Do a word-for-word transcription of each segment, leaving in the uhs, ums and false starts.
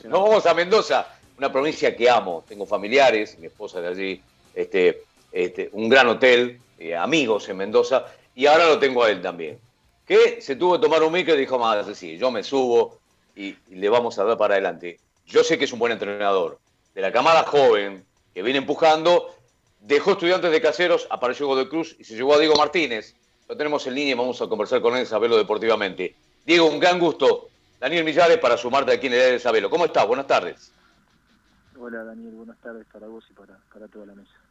Nos vamos a Mendoza, una provincia que amo. Tengo familiares, mi esposa de allí, este, este, un gran hotel, eh, amigos en Mendoza, y ahora lo tengo a él también. Que se tuvo que tomar un micro y dijo, más sí, yo me subo y, y le vamos a dar para adelante. Yo sé que es un buen entrenador. De la camada joven que viene empujando, dejó Estudiantes de Caseros, apareció Godoy Cruz y se llevó a Diego Martínez. Lo tenemos en línea y vamos a conversar con él, saberlo deportivamente. Diego, un gran gusto. Daniel Millares para sumarte aquí en el área de Sabelo. ¿Cómo estás? Buenas tardes. Hola Daniel, buenas tardes para vos y para, para toda la mesa.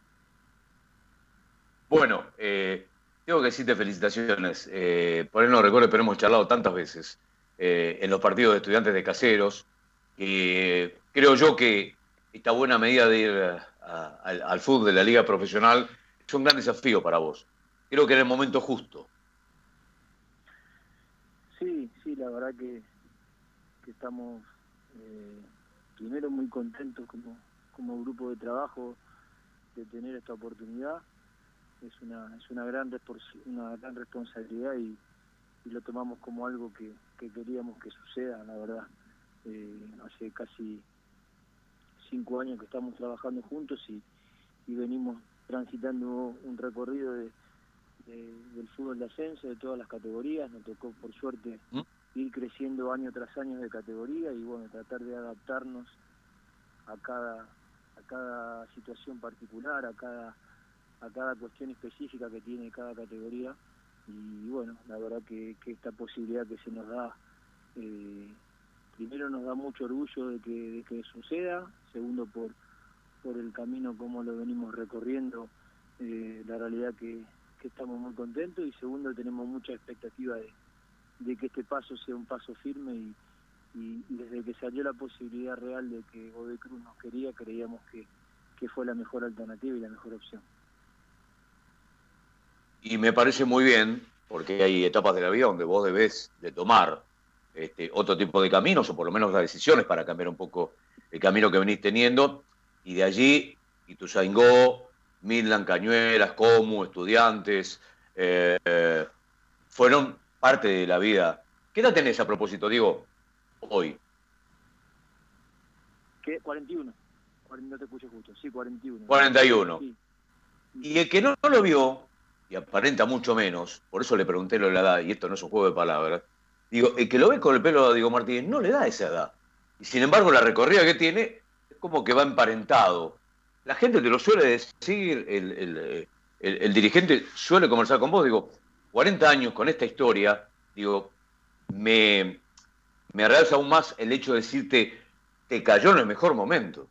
Bueno, eh, tengo que decirte felicitaciones. Eh, por ahí no recuerdo, pero hemos charlado tantas veces eh, en los partidos de Estudiantes de Caseros, que creo yo que esta buena medida de ir a, a, al, al fútbol de la liga profesional es un gran desafío para vos. Creo que era el momento justo. Sí, sí, la verdad que, que estamos eh, primero muy contentos como, como grupo de trabajo de tener esta oportunidad. Es una es una gran una gran responsabilidad y, y lo tomamos como algo que, que queríamos que suceda, la verdad. Eh, hace casi cinco años que estamos trabajando juntos y, y venimos transitando un recorrido de De, del fútbol de ascenso, de todas las categorías. Nos tocó por suerte ¿Mm? ir creciendo año tras año de categoría y bueno, tratar de adaptarnos a cada a cada situación particular, a cada a cada cuestión específica que tiene cada categoría. Y bueno, la verdad que, que esta posibilidad que se nos da, eh, primero nos da mucho orgullo de que, de que suceda, segundo por por el camino como lo venimos recorriendo, eh, la realidad que que estamos muy contentos y segundo tenemos mucha expectativa de, de que este paso sea un paso firme y, y, y desde que salió la posibilidad real de que Godoy Cruz nos quería, creíamos que, que fue la mejor alternativa y la mejor opción. Y me parece muy bien, porque hay etapas de la vida donde vos debés de tomar este, otro tipo de caminos, o por lo menos las decisiones para cambiar un poco el camino que venís teniendo, y de allí, Ituzaingó, Midland, Cañuelas, Comu, Estudiantes, eh, eh, fueron parte de la vida. ¿Qué edad tenés a propósito, Diego, hoy? ¿Qué? cuarenta y uno. No te escuché justo. Sí, cuarenta y uno. cuarenta y uno. Sí. Y el que no, no lo vio, y aparenta mucho menos, por eso le pregunté lo de la edad, y esto no es un juego de palabras, digo, el que lo ve con el pelo a Diego Martínez no le da esa edad. Y sin embargo, la recorrida que tiene es como que va emparentado. La gente te lo suele decir, el, el, el, el dirigente suele conversar con vos, digo, cuarenta años con esta historia, digo, me, me realza aún más el hecho de decirte, te cayó en el mejor momento.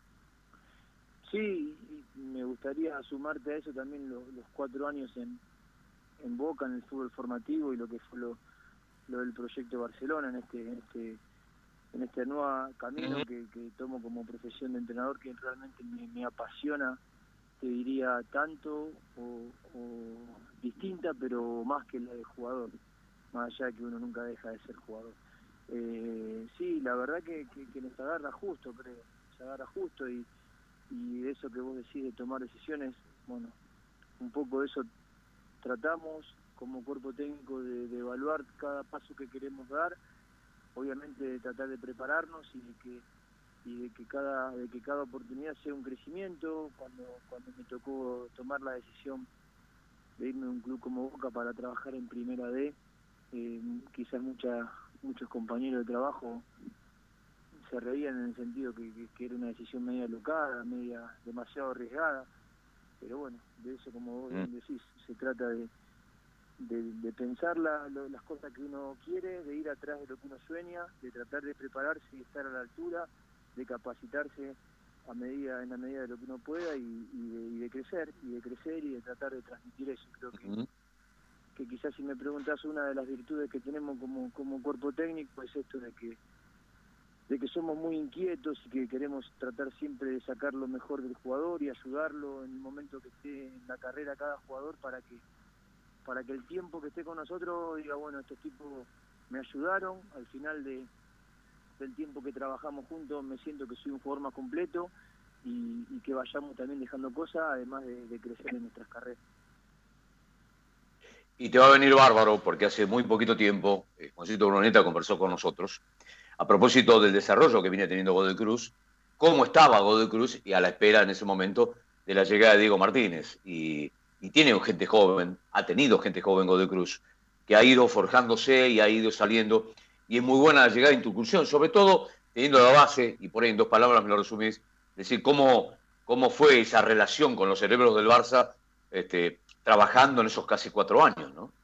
Sí, y me gustaría sumarte a eso también los, los cuatro años en, en Boca, en el fútbol formativo y lo que fue lo, lo del proyecto Barcelona en este, en este en este nuevo camino que, que tomo como profesión de entrenador, que realmente me, me apasiona, te diría tanto o, o distinta, pero más que la de jugador, más allá de que uno nunca deja de ser jugador. Eh, sí, la verdad que, que, que nos agarra justo, creo, nos agarra justo y, y eso que vos decís de tomar decisiones, bueno, un poco de eso tratamos como cuerpo técnico de, de evaluar cada paso que queremos dar, obviamente de tratar de prepararnos y de que y de que cada de que cada oportunidad sea un crecimiento. Cuando cuando me tocó tomar la decisión de irme a un club como Boca para trabajar en Primera D, eh, quizás mucha, muchos compañeros de trabajo se reían en el sentido que, que, que era una decisión media locada, media demasiado arriesgada, pero bueno, de eso, como vos bien decís, se trata de De, de pensar la, lo, las cosas que uno quiere, de ir atrás de lo que uno sueña, de tratar de prepararse y estar a la altura, de capacitarse a medida en la medida de lo que uno pueda y, y, de, y de crecer, y de crecer y de tratar de transmitir eso. Creo que, uh-huh. que quizás si me preguntas una de las virtudes que tenemos como, como cuerpo técnico es esto de que de que somos muy inquietos y que queremos tratar siempre de sacar lo mejor del jugador y ayudarlo en el momento que esté en la carrera cada jugador para que para que el tiempo que esté con nosotros diga, bueno, estos tipos me ayudaron, al final de, del tiempo que trabajamos juntos me siento que soy un jugador más completo y, y que vayamos también dejando cosas, además de, de crecer en nuestras carreras. Y te va a venir bárbaro, porque hace muy poquito tiempo, eh, Juancito Bruneta conversó con nosotros, a propósito del desarrollo que viene teniendo Godoy Cruz, cómo estaba Godoy Cruz y a la espera en ese momento de la llegada de Diego Martínez. Y, y tiene gente joven, ha tenido gente joven Godoy Cruz, que ha ido forjándose y ha ido saliendo, y es muy buena la llegada de incursión, sobre todo teniendo la base, y por ahí en dos palabras me lo resumís, decir cómo, cómo fue esa relación con los cerebros del Barça este, trabajando en esos casi cuatro años, ¿no?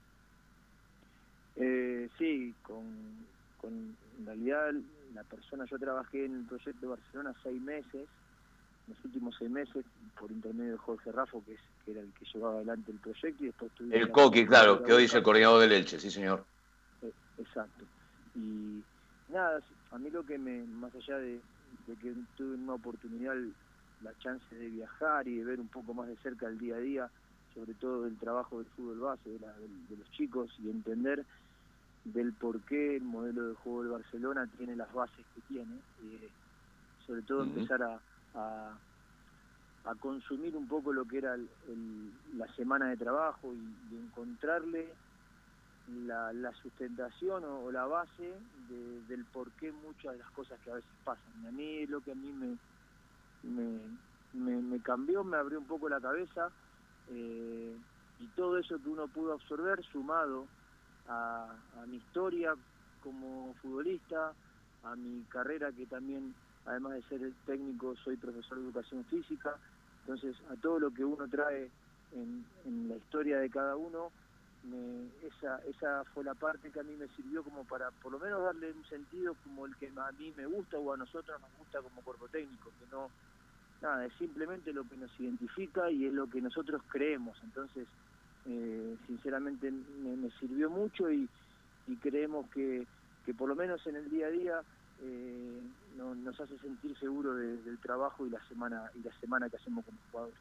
Eh, sí, con, con en realidad la persona, yo trabajé en el proyecto Barcelona seis meses, los últimos seis meses, por intermedio de Jorge Raffo, que, es, que era el que llevaba adelante el proyecto, y después tuvimos El Coqui, claro, que hoy es el coordinador del Elche, sí señor. Eh, exacto. Y nada, a mí lo que me, más allá de, de que tuve una oportunidad, la chance de viajar y de ver un poco más de cerca el día a día, sobre todo del trabajo del fútbol base, de, la, de, de los chicos, y entender del por qué el modelo de juego del Barcelona tiene las bases que tiene, eh, sobre todo uh-huh. empezar a, a, a consumir un poco lo que era el, el, la semana de trabajo y, y encontrarle la, la sustentación o, o la base de, del por qué muchas de las cosas que a veces pasan. Y a mí lo que a mí me, me, me, me cambió, me abrió un poco la cabeza, eh, y todo eso que uno pudo absorber sumado a, a mi historia como futbolista, a mi carrera, que también, además de ser técnico, soy profesor de educación física. Entonces, a todo lo que uno trae en, en la historia de cada uno, me, esa esa fue la parte que a mí me sirvió como para, por lo menos, darle un sentido como el que a mí me gusta o a nosotros nos gusta como cuerpo técnico, que no, nada, es simplemente lo que nos identifica y es lo que nosotros creemos. Entonces, eh, sinceramente me, me sirvió mucho, y, y creemos que, que por lo menos en el día a día eh, no, nos hace sentir seguros de, del trabajo y la semana y la semana que hacemos como jugadores.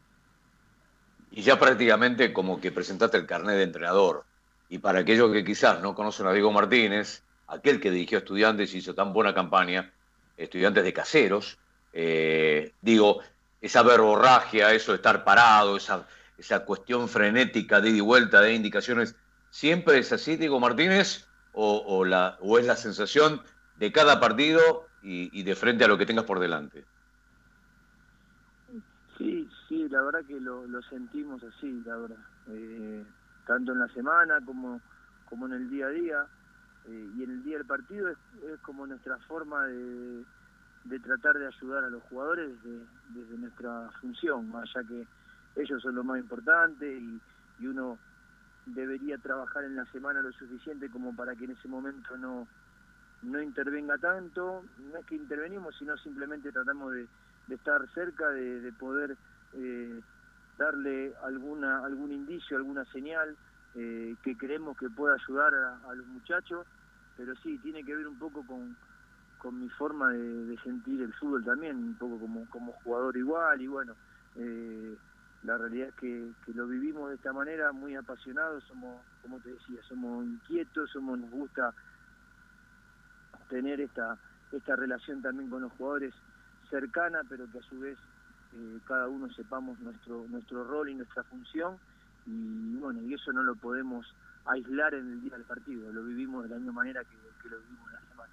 Y ya prácticamente como que presentaste el carnet de entrenador. Y para aquellos que quizás no conocen a Diego Martínez, aquel que dirigió a Estudiantes y hizo tan buena campaña, Estudiantes de Caseros, eh, digo, esa verborragia, eso de estar parado, esa, esa cuestión frenética de ida y vuelta de indicaciones, ¿siempre es así, Diego Martínez? O, o, la, ¿O es la sensación de cada partido y, y de frente a lo que tengas por delante? Sí, sí, la verdad que lo, lo sentimos así, la verdad. Eh, tanto en la semana como, como en el día a día. Eh, y en el día del partido es, es como nuestra forma de, de tratar de ayudar a los jugadores desde, desde nuestra función, más allá que ellos son lo más importante, y, y uno debería trabajar en la semana lo suficiente como para que en ese momento no, no intervenga tanto. No es que intervenimos, sino simplemente tratamos de de estar cerca, de, de poder eh, darle alguna algún indicio, alguna señal eh, que creemos que pueda ayudar a, a los muchachos, pero sí, tiene que ver un poco con, con mi forma de, de sentir el fútbol también, un poco como, como jugador igual, y bueno, eh, la realidad es que, que lo vivimos de esta manera, muy apasionados, somos, como te decía, somos inquietos, somos nos gusta tener esta, esta relación también con los jugadores cercana, pero que a su vez eh, cada uno sepamos nuestro nuestro rol y nuestra función, y bueno, y eso no lo podemos aislar en el día del partido, lo vivimos de la misma manera que, que lo vivimos en la semana.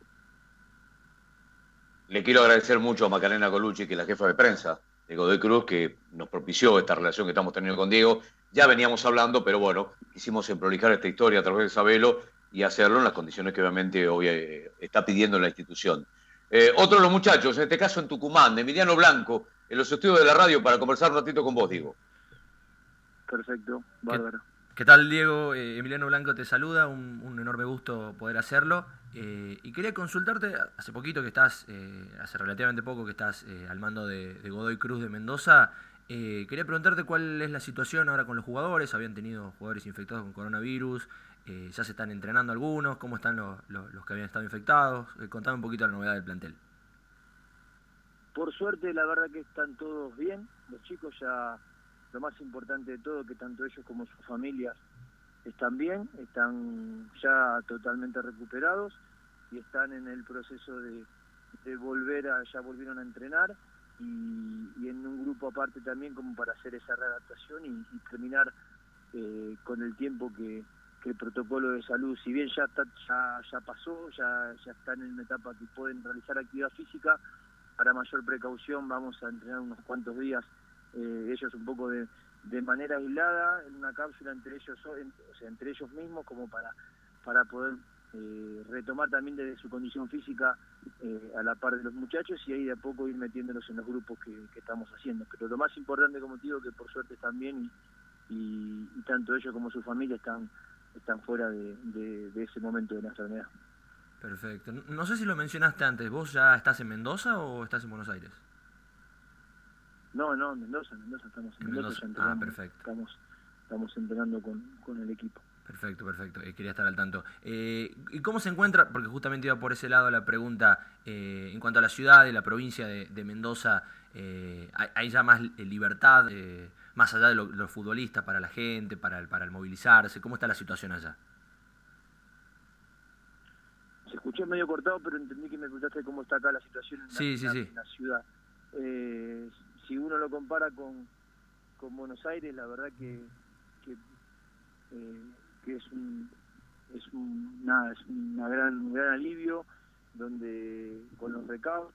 Le quiero agradecer mucho a Macarena Colucci, que es la jefa de prensa de Godoy Cruz, que nos propició esta relación que estamos teniendo con Diego. Ya veníamos hablando, pero bueno, quisimos prolijar esta historia a través de Sabelo y hacerlo en las condiciones que obviamente hoy eh, está pidiendo la institución. Eh, otro de los muchachos, en este caso en Tucumán, de Emiliano Blanco, en los estudios de la radio, para conversar un ratito con vos, Diego. Perfecto, bárbaro. ¿Qué, qué tal, Diego? Eh, Emiliano Blanco te saluda, un, un enorme gusto poder hacerlo. Eh, y quería consultarte, hace poquito que estás, eh, hace relativamente poco que estás eh, al mando de, de Godoy Cruz de Mendoza, eh, quería preguntarte cuál es la situación ahora con los jugadores. Habían tenido jugadores infectados con coronavirus, eh, ya se están entrenando algunos, ¿cómo están los, los, los que habían estado infectados? Eh, contame un poquito la novedad del plantel. Por suerte, la verdad que están todos bien, los chicos ya, lo más importante de todo, que tanto ellos como sus familias están bien, están ya totalmente recuperados y están en el proceso de, de volver a, ya volvieron a entrenar, y, y en un grupo aparte también como para hacer esa readaptación y, y terminar eh, con el tiempo que, que el protocolo de salud, si bien ya está, ya, ya pasó, ya, ya están en una etapa que pueden realizar actividad física, para mayor precaución vamos a entrenar unos cuantos días, eh, ellos un poco de, de manera aislada, en una cápsula entre ellos, o sea, entre ellos mismos, como para, para poder eh, retomar también desde su condición física eh, a la par de los muchachos, y ahí de a poco ir metiéndolos en los grupos que, que estamos haciendo. Pero lo más importante, como te digo, que por suerte están bien, y, y, y tanto ellos como su familia están, están fuera de, de, de ese momento de la enfermedad. Perfecto. No sé si lo mencionaste antes, ¿vos ya estás en Mendoza o estás en Buenos Aires? No, no, en Mendoza, en Mendoza estamos en, en Mendoza, Mendoza ya ah, perfecto. Estamos, estamos entrenando con, con el equipo. Perfecto, perfecto. Eh, quería estar al tanto. Eh, ¿Y cómo se encuentra? Porque justamente iba por ese lado la pregunta. Eh, en cuanto a la ciudad y la provincia de, de Mendoza, eh, hay, hay ya más libertad, eh, más allá de lo, los futbolistas, para la gente, para el, para el movilizarse. ¿Cómo está la situación allá? Se escuché medio cortado, pero entendí que me preguntaste cómo está acá la situación en, sí, la, sí, en, la, sí. en la ciudad. Eh, si uno lo compara con, con Buenos Aires, la verdad que, que, eh, que es un es un nada es una gran un gran alivio, donde con los recaudos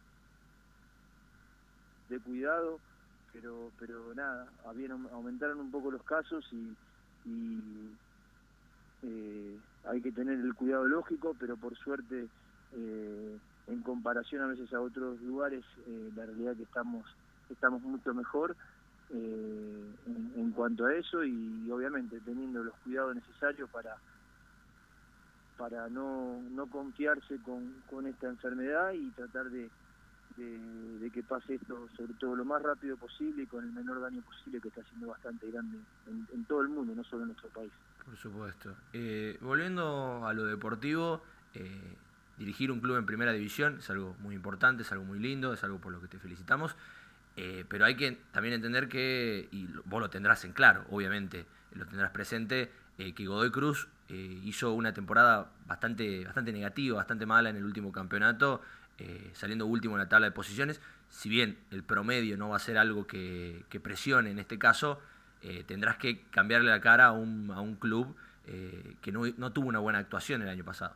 de cuidado, pero pero nada, habían, aumentaron un poco los casos, y, y eh, hay que tener el cuidado lógico, pero por suerte eh, en comparación a veces a otros lugares, eh, la realidad que estamos estamos mucho mejor eh, en, en cuanto a eso, y obviamente teniendo los cuidados necesarios para para no, no confiarse con, con esta enfermedad, y tratar de, de, de que pase esto sobre todo lo más rápido posible y con el menor daño posible, que está siendo bastante grande en, en todo el mundo, no solo en nuestro país. Por supuesto. Eh, volviendo a lo deportivo, eh, dirigir un club en primera división es algo muy importante, es algo muy lindo, es algo por lo que te felicitamos, eh, pero hay que también entender que, y vos lo tendrás en claro, obviamente, lo tendrás presente, eh, que Godoy Cruz eh, hizo una temporada bastante, bastante negativa, bastante mala en el último campeonato, eh, saliendo último en la tabla de posiciones. Si bien el promedio no va a ser algo que, que presione en este caso, eh, tendrás que cambiarle la cara a un, a un club eh, que no, no tuvo una buena actuación el año pasado.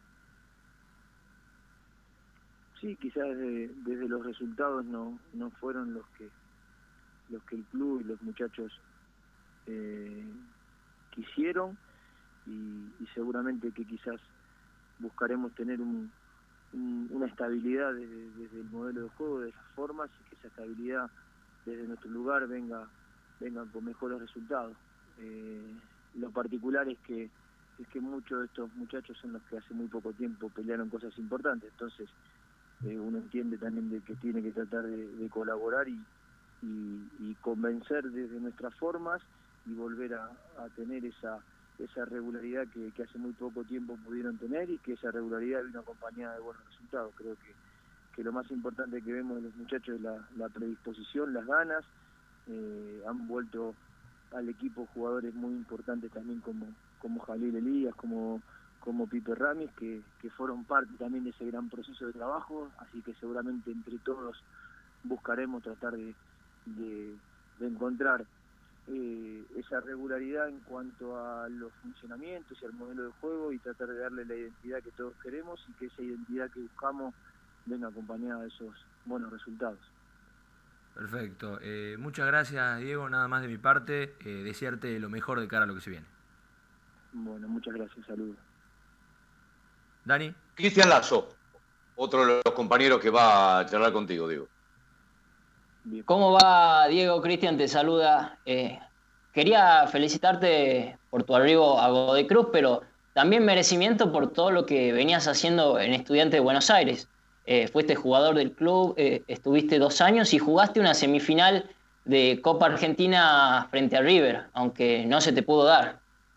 Sí, quizás desde, desde los resultados no, no fueron los que los que el club y los muchachos eh, quisieron, y, y seguramente que quizás buscaremos tener un, un, una estabilidad desde, desde el modelo de juego, de las formas, y que esa estabilidad desde nuestro lugar venga vengan con mejores resultados. Eh, lo particular es que es que muchos de estos muchachos son los que hace muy poco tiempo pelearon cosas importantes, entonces eh, uno entiende también de que tiene que tratar de, de colaborar y, y, y convencer desde nuestras formas, y volver a, a tener esa esa regularidad que, que hace muy poco tiempo pudieron tener, y que esa regularidad vino acompañada de buenos resultados. Creo que, que lo más importante que vemos de los muchachos es la, la predisposición, las ganas. Eh, han vuelto al equipo jugadores muy importantes también, como como Jalil Elías, como como Pipe Ramis, que, que fueron parte también de ese gran proceso de trabajo, así que seguramente entre todos buscaremos tratar de, de, de encontrar eh, esa regularidad en cuanto a los funcionamientos y al modelo de juego, y tratar de darle la identidad que todos queremos, y que esa identidad que buscamos venga acompañada de esos buenos resultados. Perfecto. Eh, muchas gracias, Diego. Nada más de mi parte. Eh, desearte lo mejor de cara a lo que se viene. Bueno, muchas gracias. Saludos. Dani. Cristian Lazo, otro de los compañeros que va a charlar contigo, Diego. Bien. ¿Cómo va, Diego? Cristian te saluda. Eh, quería felicitarte por tu arribo a Godoy Cruz, pero también merecimiento por todo lo que venías haciendo en Estudiantes de Buenos Aires. Eh, fuiste jugador del club, eh, estuviste dos años y jugaste una semifinal de Copa Argentina frente a River, aunque no se te pudo dar.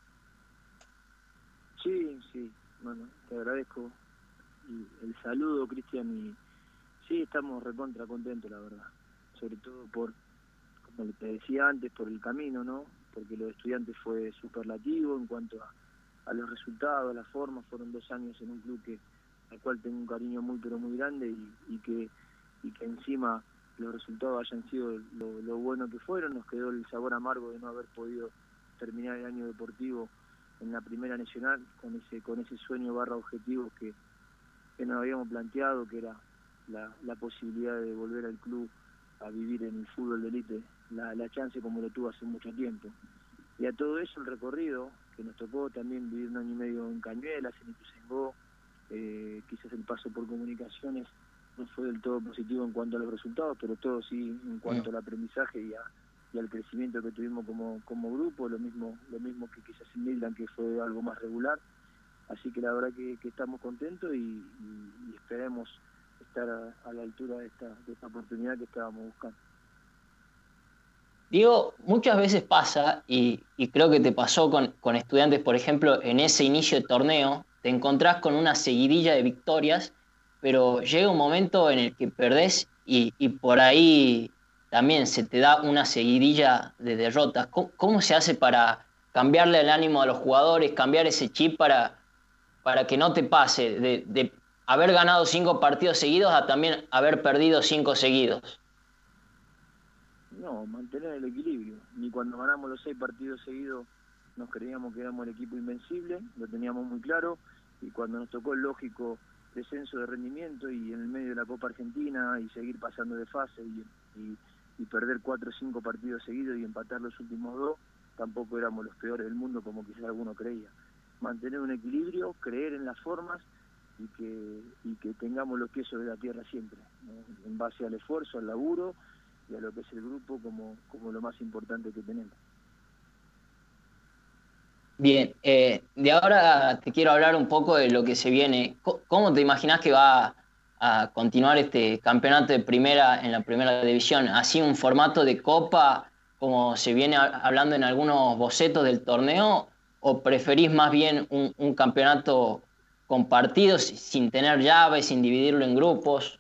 Sí, sí, bueno, te agradezco el saludo, Cristian, y sí, estamos recontra contentos, la verdad, sobre todo por, como te decía antes, por el camino, ¿no? Porque lo de Estudiantes fue superlativo en cuanto a, a los resultados, a la forma. Fueron dos años en un club que al cual tengo un cariño muy pero muy grande, y, y que y que encima los resultados hayan sido lo, lo bueno que fueron. Nos quedó el sabor amargo de no haber podido terminar el año deportivo en la Primera Nacional, con ese con ese sueño barra objetivo que, que nos habíamos planteado, que era la, la posibilidad de volver al club a vivir en el fútbol de élite, la, la chance como lo tuvo hace mucho tiempo. Y a todo eso el recorrido, que nos tocó también vivir un año y medio en Cañuelas, en Ituzaingó, eh, quizás el paso por Comunicaciones no fue del todo positivo en cuanto a los resultados, pero todo sí en cuanto al aprendizaje y, a, y al crecimiento que tuvimos como, como grupo, lo mismo lo mismo que quizás en Midland, que fue algo más regular. Así que la verdad que, que estamos contentos y, y, y esperemos estar a, a la altura de esta, de esta oportunidad que estábamos buscando. Diego, muchas veces pasa, y, y creo que te pasó con, con Estudiantes, por ejemplo, en ese inicio de torneo, te encontrás con una seguidilla de victorias, pero llega un momento en el que perdés y, y por ahí también se te da una seguidilla de derrotas. ¿Cómo, cómo se hace para cambiarle el ánimo a los jugadores, cambiar ese chip para, para que no te pase de, de haber ganado cinco partidos seguidos a también haber perdido cinco seguidos? No, mantener el equilibrio. Ni cuando ganamos los seis partidos seguidos nos creíamos que éramos el equipo invencible, lo teníamos muy claro, y cuando nos tocó el lógico descenso de rendimiento y en el medio de la Copa Argentina y seguir pasando de fase y, y, y perder cuatro o cinco partidos seguidos y empatar los últimos dos, tampoco éramos los peores del mundo como quizás alguno creía. Mantener un equilibrio, creer en las formas y que, y que tengamos los pies sobre la tierra siempre, ¿no? En base al esfuerzo, al laburo y a lo que es el grupo como, como lo más importante que tenemos. Bien, eh, de ahora te quiero hablar un poco de lo que se viene. ¿Cómo te imaginas que va a continuar este campeonato de primera en la primera división? ¿Así un formato de copa como se viene hablando en algunos bocetos del torneo? ¿O preferís más bien un, un campeonato con partidos sin tener llaves, sin dividirlo en grupos?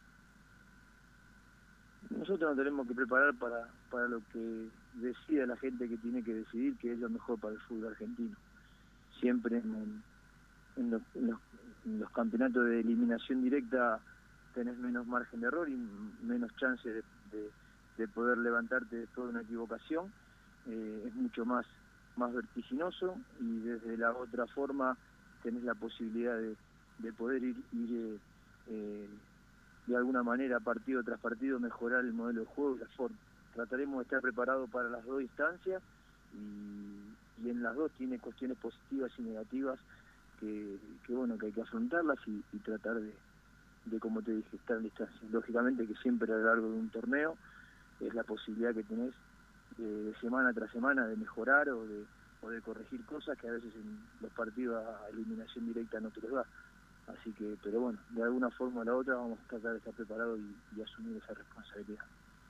Nosotros nos tenemos que preparar para, para lo que decida la gente que tiene que decidir, que es lo mejor para el fútbol argentino. Siempre en, en, los, en, los, en los campeonatos de eliminación directa tenés menos margen de error y menos chances de, de, de poder levantarte después de una equivocación. Eh, es mucho más, más vertiginoso y desde la otra forma tenés la posibilidad de, de poder ir, ir eh, eh, de alguna manera, partido tras partido, mejorar el modelo de juego y la forma. Trataremos de estar preparados para las dos instancias y, y en las dos tiene cuestiones positivas y negativas que, que bueno, que hay que afrontarlas y, y tratar de, de, como te dije, estar en distancia. Lógicamente que siempre a lo largo de un torneo es la posibilidad que tenés de, de semana tras semana de mejorar o de, o de corregir cosas que a veces en los partidos a eliminación directa no te los da. Así que, pero bueno, de alguna forma o la otra vamos a tratar de estar preparados y, y asumir esa responsabilidad.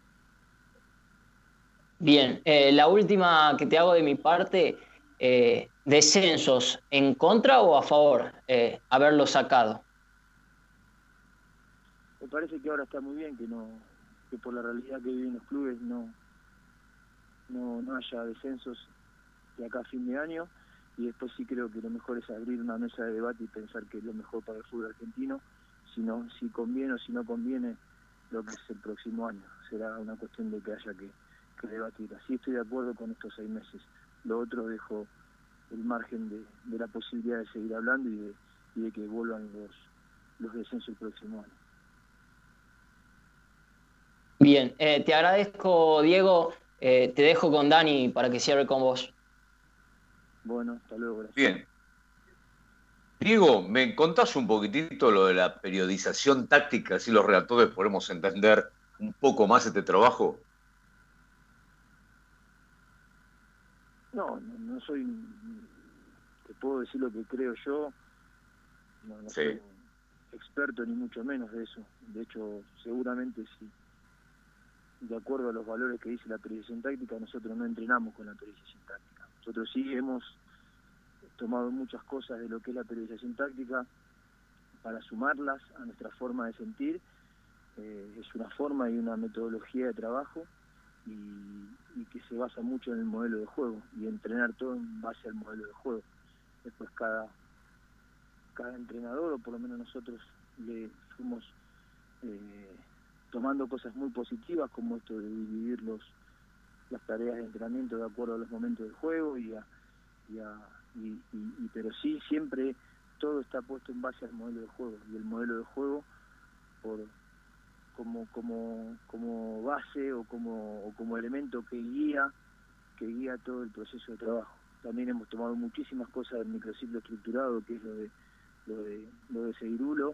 Bien, eh, la última que te hago de mi parte, eh, descensos, ¿en contra o a favor eh, haberlo sacado? Me parece que ahora está muy bien que no, que por la realidad que viven los clubes no, no, no haya descensos de acá a fin de año. Y después sí creo que lo mejor es abrir una mesa de debate y pensar que es lo mejor para el fútbol argentino, si, no, si conviene o si no conviene lo que es el próximo año. Será una cuestión de que haya que, que debatir. Así estoy de acuerdo con estos seis meses. Lo otro dejo el margen de, de la posibilidad de seguir hablando y de, y de que vuelvan los, los descensos el próximo año. Bien, eh, te agradezco, Diego. Eh, te dejo con Dani para que cierre con vos. Bueno, hasta luego. Gracias. Bien. Diego, ¿me contás un poquitito lo de la periodización táctica, así los redactores podemos entender un poco más este trabajo? No, no, no soy, te puedo decir lo que creo yo, no, no Sí. soy experto ni mucho menos de eso. De hecho, seguramente sí, de acuerdo a los valores que dice la periodización táctica, nosotros no entrenamos con la periodización táctica. Nosotros sí hemos tomado muchas cosas de lo que es la periodización táctica para sumarlas a nuestra forma de sentir. Eh, es una forma y una metodología de trabajo y, y que se basa mucho en el modelo de juego y entrenar todo en base al modelo de juego. Después cada, cada entrenador, o por lo menos nosotros le fuimos eh, tomando cosas muy positivas como esto de dividir los, las tareas de entrenamiento de acuerdo a los momentos del juego y a, y a y, y, y, pero sí siempre todo está puesto en base al modelo de juego, y el modelo de juego por como como como base o como o como elemento que guía que guía todo el proceso de trabajo. También hemos tomado muchísimas cosas del microciclo estructurado, que es lo de lo de lo de Seguirulo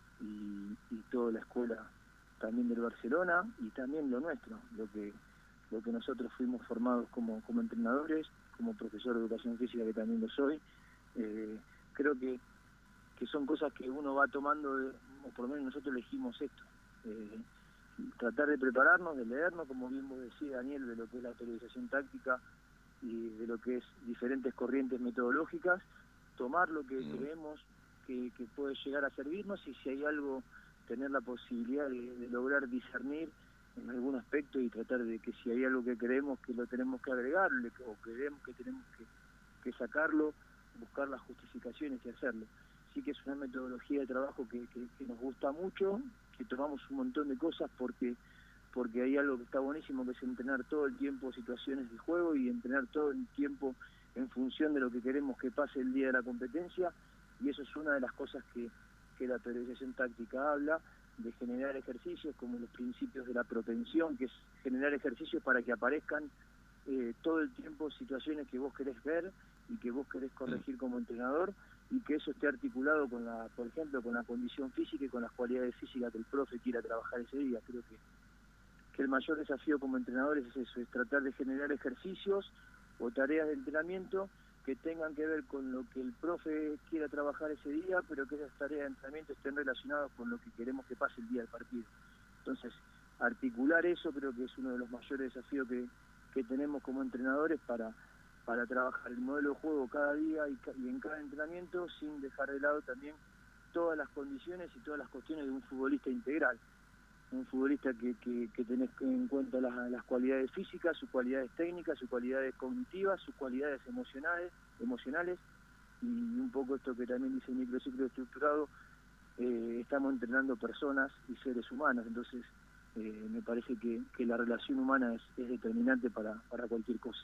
y, y toda la escuela también del Barcelona, y también lo nuestro, lo que lo que nosotros fuimos formados como como entrenadores, como profesor de educación física, que también lo soy. Eh, creo que que son cosas que uno va tomando, de, o por lo menos nosotros elegimos esto, eh, tratar de prepararnos, de leernos, como bien vos decís, Daniel, de lo que es la periodización táctica y de lo que es diferentes corrientes metodológicas, tomar lo que mm. creemos que, que puede llegar a servirnos, y si hay algo, tener la posibilidad de, de lograr discernir en algún aspecto y tratar de que si hay algo que creemos que lo tenemos que agregar o creemos que tenemos que, que sacarlo, buscar las justificaciones y hacerlo. Sí que es una metodología de trabajo que, que, que nos gusta mucho, que tomamos un montón de cosas porque porque hay algo que está buenísimo, que es entrenar todo el tiempo situaciones de juego y entrenar todo el tiempo en función de lo que queremos que pase el día de la competencia, y eso es una de las cosas que, que la periodización táctica habla, de generar ejercicios como los principios de la propensión, que es generar ejercicios para que aparezcan eh, todo el tiempo situaciones que vos querés ver y que vos querés corregir como entrenador, y que eso esté articulado con la, por ejemplo, con la condición física y con las cualidades físicas que el profe quiera trabajar ese día. Creo que, que el mayor desafío como entrenadores es eso, es tratar de generar ejercicios o tareas de entrenamiento que tengan que ver con lo que el profe quiera trabajar ese día, pero que esas tareas de entrenamiento estén relacionadas con lo que queremos que pase el día del partido. Entonces, articular eso creo que es uno de los mayores desafíos que, que tenemos como entrenadores para para trabajar el modelo de juego cada día y, y en cada entrenamiento, sin dejar de lado también todas las condiciones y todas las cuestiones de un futbolista integral. Un futbolista que, que, que tenés en cuenta las, las cualidades físicas, sus cualidades técnicas, sus cualidades cognitivas, sus cualidades emocionales, emocionales y un poco esto que también dice el microciclo estructurado, eh, estamos entrenando personas y seres humanos, entonces eh, me parece que, que la relación humana es, es determinante para, para cualquier cosa.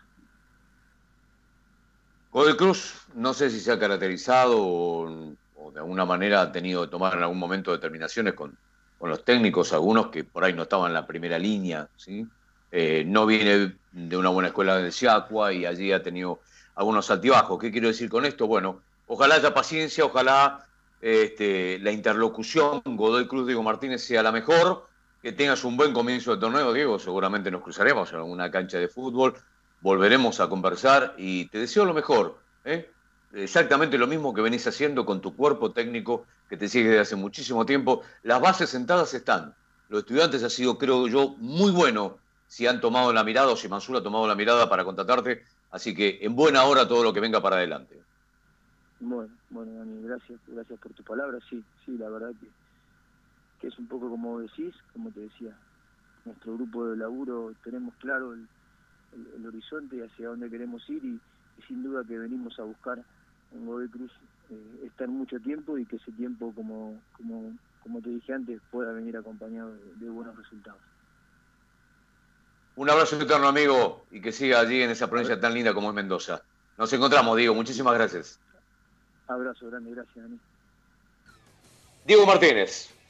Godoy Cruz, no sé si se ha caracterizado o, o de alguna manera ha tenido que tomar en algún momento determinaciones con, con los técnicos, algunos que por ahí no estaban en la primera línea, ¿sí? Eh, no viene de una buena escuela del Siacua y allí ha tenido algunos altibajos. ¿Qué quiero decir con esto? Bueno, ojalá haya paciencia, ojalá este, la interlocución Godoy Cruz-Diego Martínez sea la mejor, que tengas un buen comienzo de torneo, Diego, seguramente nos cruzaremos en alguna cancha de fútbol, volveremos a conversar y te deseo lo mejor, ¿eh? Exactamente lo mismo que venís haciendo con tu cuerpo técnico que te sigue desde hace muchísimo tiempo. Las bases sentadas están. Los estudiantes ha sido, creo yo, muy bueno si han tomado la mirada o si Mansur ha tomado la mirada para contratarte. Así que en buena hora todo lo que venga para adelante. Bueno, bueno, Dani, gracias, gracias por tu palabra. Sí, sí, la verdad que, que es un poco como decís, como te decía, nuestro grupo de laburo tenemos claro el El, el horizonte y hacia dónde queremos ir, y, y sin duda que venimos a buscar en Godoy Cruz eh, estar mucho tiempo, y que ese tiempo, como como como te dije antes, pueda venir acompañado de, de buenos resultados. Un abrazo eterno, amigo, y que siga allí en esa provincia tan linda como es Mendoza. Nos encontramos, Diego, muchísimas gracias. Abrazo grande, gracias, Dani. Diego Martínez.